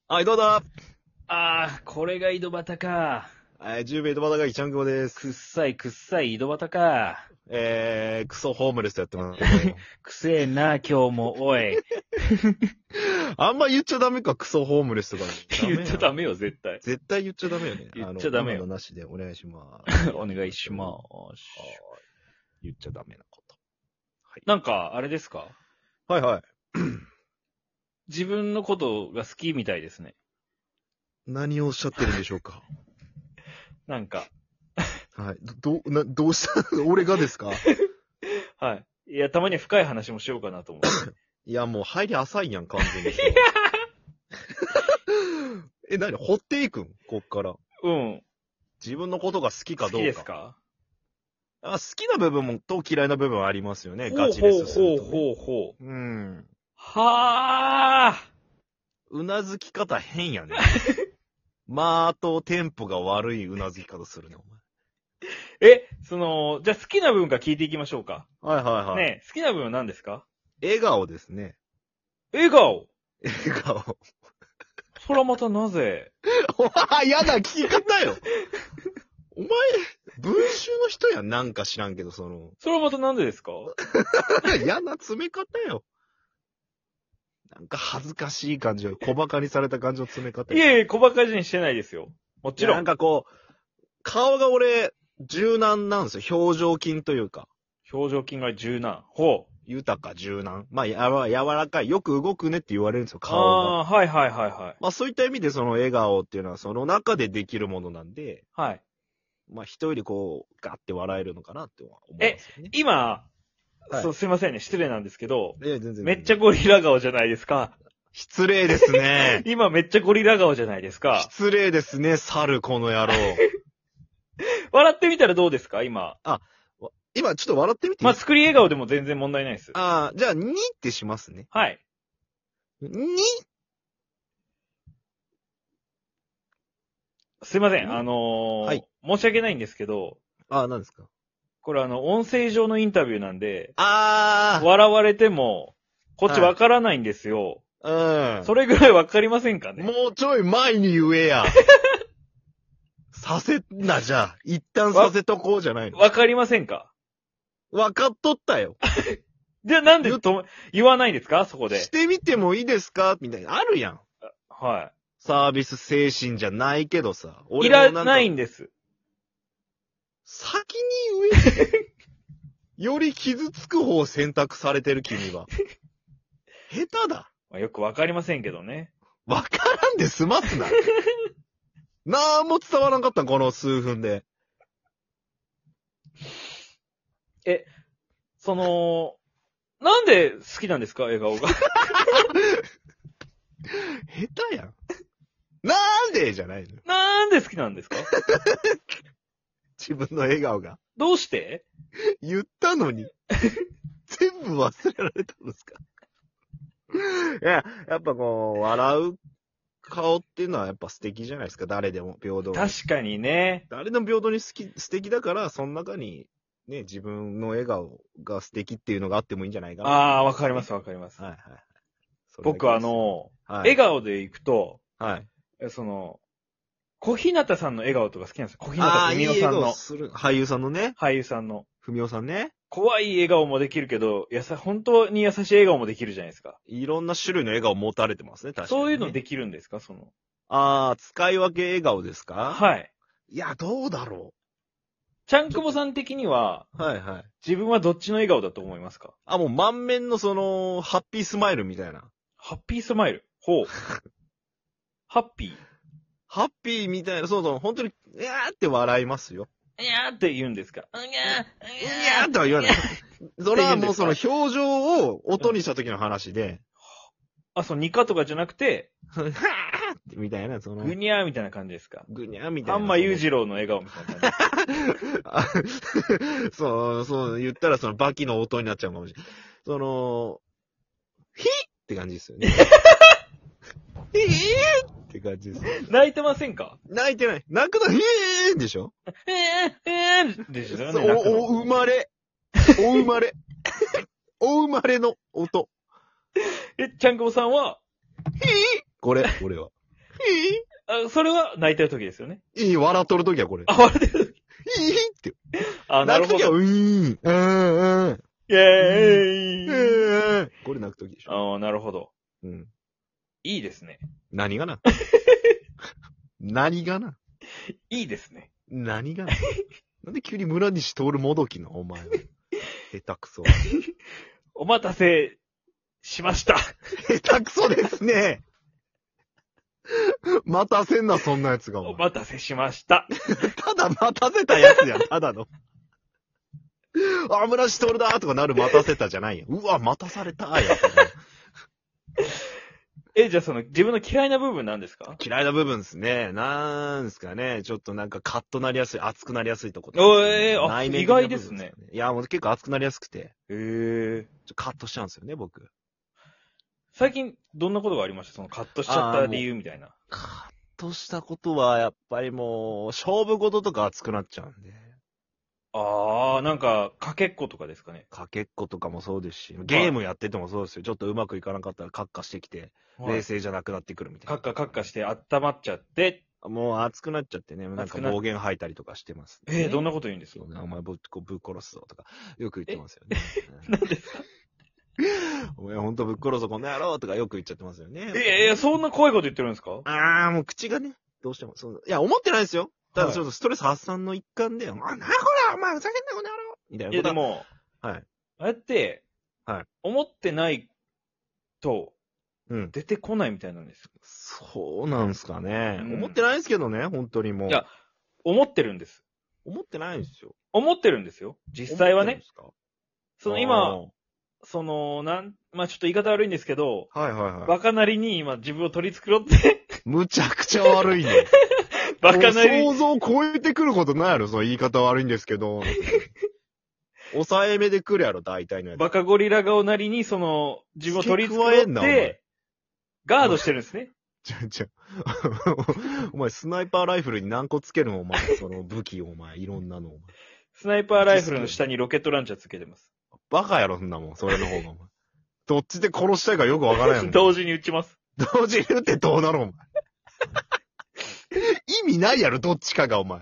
はい、どうだ。 これが井戸端か。 10名とバタガキちゃんくぼです。 くっさい井戸端か。 クソホームレスやってます。 くせえな、今日も、おい。 あんま言っちゃダメか、クソホームレスとか。 言っちゃダメよ、絶対。 絶対言っちゃダメよね。 言っちゃダメよ今のなしでお願いします。 お願いします。 言っちゃダメなこと。はい。 なんか、あれですか？ はいはい。 自分のことが好きみたいですね。 何をおっしゃってるんでしょうか。 なんか。 はい。どうした俺がですか？ はい。いや、たまには深い話もしようかなと思って。 いや、もう入り浅いやん、完全に。何掘っていくんこっから。 うん。 自分のことが好きかどうか。 好きですか？ 好きな部分もと嫌いな部分はありますよね、ガチレスすると、ね。 ほう。 うん。 はあ。 うなずき方変やね。間とテンポが悪いうなずき方するね、おじゃあ好きな部分から聞いていきましょうか。 前。はいはいはい。 ねえ、好きな部分は何ですか？ 笑顔ですね。 笑顔。 笑顔。 そらまたなぜ？ お前、嫌な聞き方よ。お前、文集の人やん、なんか知らんけど、 そらまたなんでですか？ 嫌な詰め方よ。なんか恥ずかしい感じよ。小馬鹿にされた感じの詰め方よ。 いえいえ、小馬鹿にしてないですよ。もちろん。 なんかこう、顔が俺、柔軟なんですよ。表情筋というか。 表情筋が柔軟。ほう。 豊か柔軟。まあ、柔らかい。よく動くねって言われるんですよ、顔が。 はい。 まあ、そういった意味でその笑顔っていうのはその中でできるものなんで、 はい。 まあ、人よりこう、ガッて笑えるのかなって思いますよね。 今、 はいすいませんね、失礼なんですけど、 全然。 めっちゃゴリラ顔じゃないですか。 失礼ですね。 今めっちゃゴリラ顔じゃないですか。 失礼ですね、猿この野郎。 笑ってみたらどうですか今。 今ちょっと笑ってみていいまあ、 ですか？ 作り笑顔でも全然問題ないです。 じゃあ2ってしますね。 はい。 2? すいません。 はい申し訳ないんですけど、 何ですか？ これ音声上のインタビューなんで、 笑笑われても、こっちわからないんですよ。 うん。 それぐらいわかりませんかね？ もうちょい前に言えや。させんな、じゃあ。一旦させとこうじゃないの。 わかりませんか？ わかっとったよ。 じゃあなんで言わないんですかそこでし。てみてもいいですかみたいな。あるやん。 はサービス精神じゃないけどさ。 い。いらんかないんです。 先に言え。より傷つく方を選択されてる君は。下手だ。 まあ、よくわかりませんけどね。 わからんで済ますな。なんも伝わらんかったこの数分で。 なんで好きなんですか笑顔が。 下手やん。なんでじゃないのよ。 なんで好きなんですか？ 自分の笑顔が。 どうして？ 言ったのに。全部忘れられたんですか？いや、やっぱこう、笑う顔っていうのはやっぱ素敵じゃないですか。誰でも平等に。 確かにね。 誰でも平等に素敵だから、その中に、ね、自分の笑顔が素敵っていうのがあってもいいんじゃないかな。 わかります。 はいはい。 僕はい、 笑顔で行くと、 はい。 小日向さんの笑顔とか好きなんですよ。小日向文雄さんの。 俳優さんのね。 俳優さんの。 文雄さんね。 怖い笑顔もできるけど、本当に優しい笑顔もできるじゃないですか。 いろんな種類の笑顔持たれてますね、確かに、ね。 そういうのできるんですか使い分け笑顔ですか？ はい。 いや、どうだろちゃんくぼさん的には、 う。はいはい。 自分はどっちの笑顔だと思いますか？ もう満面のハッピースマイルみたいな。 ハッピースマイル。ほう。ハッピハッピーみたいな、そう、本当に、いやーって笑いますよ。 ー。いやーって言うんですか？ いやーとは言わない。それはもうその表情を音にした時の話で、 ニカとかじゃなくて、 はーってみたいな、 グニャーみたいな感じですか？ ぐにゃーみたいな。 ハンマ裕次郎の笑顔みたいな感じ。 そう、言ったらバキの音になっちゃうかもしれない。ヒーって感じですよね。ヒーって感じです。 泣いてませんか？ 泣いてない。泣くのヒーでしょ？ でしょそう、お生まれ。お生まれの音。 ちゃんくぼさんは、 これ、俺は。 それは泣いてる時ですよね。 いい、笑っとるときはこれ。 あ、笑ってる時。 いいって。 あ、なるほど。 泣くときは、うん。 イェーイ。 これ泣くときでしょ。 ああ、なるほど。 うん。 いいですね。 何がな何がないいですね。 何がななんで急に村西徹もどきのお前は。下手くそ。 お待たせしました。 下手くそですね。待たせんな、そんなやつが。 お待たせしました。 ただ待たせたやつやん、ただの。あ、村西徹だとかなる待たせたじゃないよ。うわ、待たされたやつ。 じゃあ自分の嫌いな部分なんですか？ 嫌いな部分ですね。なんすかね。ちょっとなんかカッとなりやすい、熱くなりやすいとこ、 意外ですね。 いや、もう結構熱くなりやすくて。 へえ。 カッとしちゃうんですよね、僕。 最近、どんなことがありました？そのカットしちゃった理由みたいな。 カッとしたことは、やっぱりもう、勝負事とか熱くなっちゃうんで。 なんか、かけっことかですかね。 かけっことかもそうですし、ゲームやっててもそうですよ。ちょっとうまくいかなかったらカッカしてきて、冷静じゃなくなってくるみたいな。 カッカして温まっちゃって、 もう熱くなっちゃってね、なんか暴言吐いたりとかしてます、 ね。どんなこと言うんですか？ お前ぶっ殺すぞとか、よく言ってますよね。 何ですか？ お前ほんとぶっ殺すぞこの野郎とかよく言っちゃってますよね。 そんな怖いこと言ってるんですか？ もう口がね、どうしても。いや、思ってないですよ。ただ、ストレス発散の一環で、なこら、お前ふざけんなこの野郎みたいなこと。 でも、 はい。 ああやって、 はい。 思ってないと、 うん。 出てこないみたいなんです。 そうなんすかね。思ってないですけどね、本当にもう。 いや、思ってるんです。 思ってないんですよ。 思ってるんですよ。実際はね。今、まあちょっと言い方悪いんですけど、バカなりに今自分を取り繕ってむちゃくちゃ悪いね。バカなり。想像を超えてくることないやろ、その言い方悪いんですけど。抑えめで来るやろ、大体のやつ。 バカゴリラ顔なりに自分を取り繕って、ガードしてるんですね。 お前、スナイパーライフルに何個つけるのお前、その武器をお前、いろんなの。 スナイパーライフルの下にロケットランチャーつけてます。 バカやろ、そんなもん。それの方がお前。どっちで殺したいかよくわからんやん。 同時に撃ちます。 同時に撃ってどうなるお前。意味ないやろ、どっちかがお前。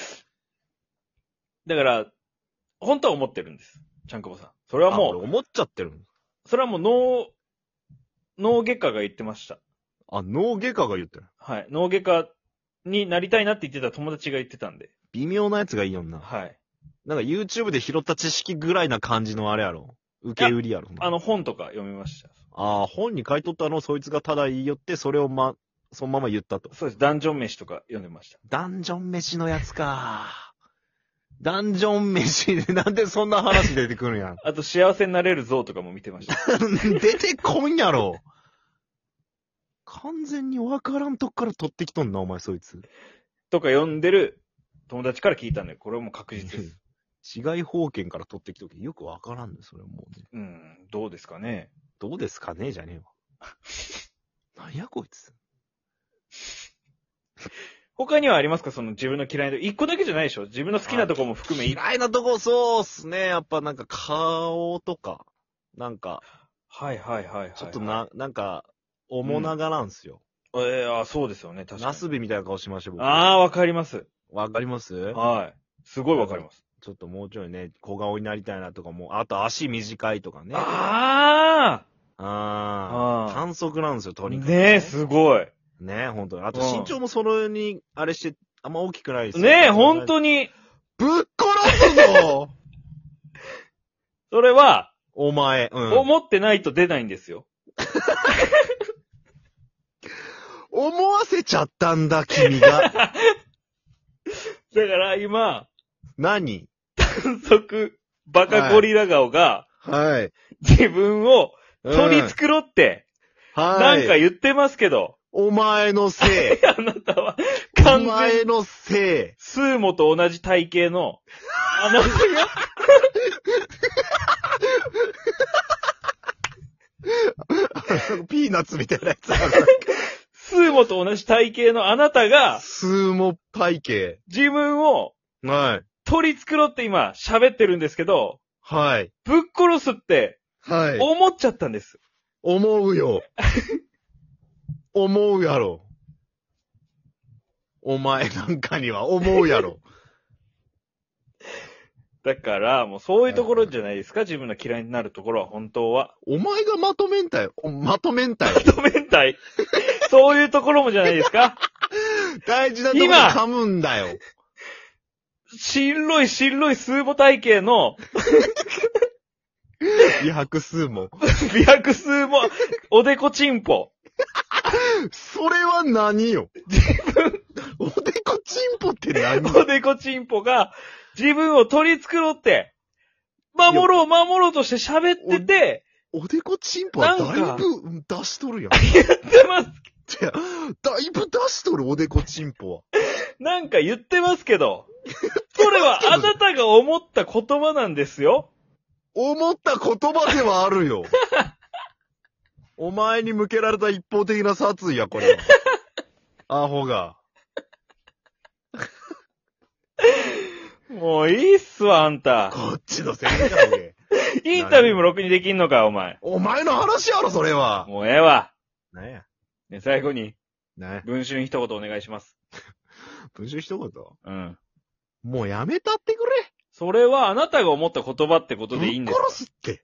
だから、本当は思ってるんです。ちゃんこぼさん。それはもう。 思っちゃってる。 それはもう脳外科が言ってました。 脳外科が言ってる。 はい。脳外科になりたいなって言ってた友達が言ってたんで。 微妙なやつがいいよな。 はい。 なんか YouTube で拾った知識ぐらいな感じのあれやろ。受け売りやろ。 本とか読みました。 本に書いとったそいつがただ言いよって、それをそのまま言ったと。 そうです。ダンジョン飯とか読んでました。 ダンジョン飯のやつか。ダンジョン飯でなんでそんな話出てくるんやん。 あと幸せになれる像とかも見てました。 出てこんやろ。完全にわからんとこから取ってきとんな、お前そいつ。 とか読んでる友達から聞いたんで、これはもう確実です。 違い方権から取ってきときよくわからんね、それもうね。どうですかね。 どうですかねじゃねえわ。なんやこいつ。 他にはありますか？自分の嫌いな、一個だけじゃないでしょ？自分の好きなとこも含め。 嫌いなとこ、そうっすね。やっぱなんか顔とか、なんか。 はい。 ちょっとなんか、面長なんすよ。 そうですよね、確かに。 ナスビみたいな顔しました、僕。 わかります。 わかります？ はい。すごいわかります。 ちょっともうちょいね、小顔になりたいなとかも、あと足短いとかね。短足なんですよ、とにかく。 ねえ、すごい。 ねえ、ほんとに。あと身長もそれに、あれして、あんま大きくないですよ。ねえ、ほんとに。 ぶっ殺すぞそれは、 お前、 思ってないと出ないんですよ。 思わせちゃったんだ、君が。だから今、 何？ 短足、バカゴリラ顔が、 はい。 自分を取り繕って、なんか言ってますけど。 お前のせい。 あなたは、完全に。 お前のせい。 スーモと同じ体型の、あなたが、 ピーナッツみたいなやつ。 スーモと同じ体型のあなたが、 スーモ体型。 自分を、 はい。 取り繕って今喋ってるんですけど、 はい。 ぶっ殺すって、 はい。 思っちゃったんです。 思うよ。思うやろ。 お前なんかには思うやろ。 だから、もうそういうところじゃないですか、自分の嫌いになるところは、本当は。 お前がまとめんたい。まとめんたい。 まとめんたい。そういうところもじゃないですか。 大事なところ噛むんだよ。 白いスーモ体型の、 美白スーモ。 美白スーモ、おでこチンポ。 それは何よ。おでこチンポって何？ おでこチンポが、自分を取り繕って、守ろうとして喋ってて、 おでこチンポはだいぶ出しとるやん。 言ってます。 いや、だいぶ出しとるおでこチンポは。 なんか言ってますけど、それはあなたが思った言葉なんですよ。 思った言葉ではあるよ。お前に向けられた一方的な殺意や、これは。アホが。 もういいっすわ、あんた。 こっちのせいだ、おい。 インタビューもろくにできんのか、お前。 お前の話やろ、それは。 もうええわ。 なんや。 ね、最後に、 なんや。 文春一言お願いします。 文春一言？ うん。 もうやめたってくれ。 それはあなたが思った言葉ってことでいいんですか？ 殺すって。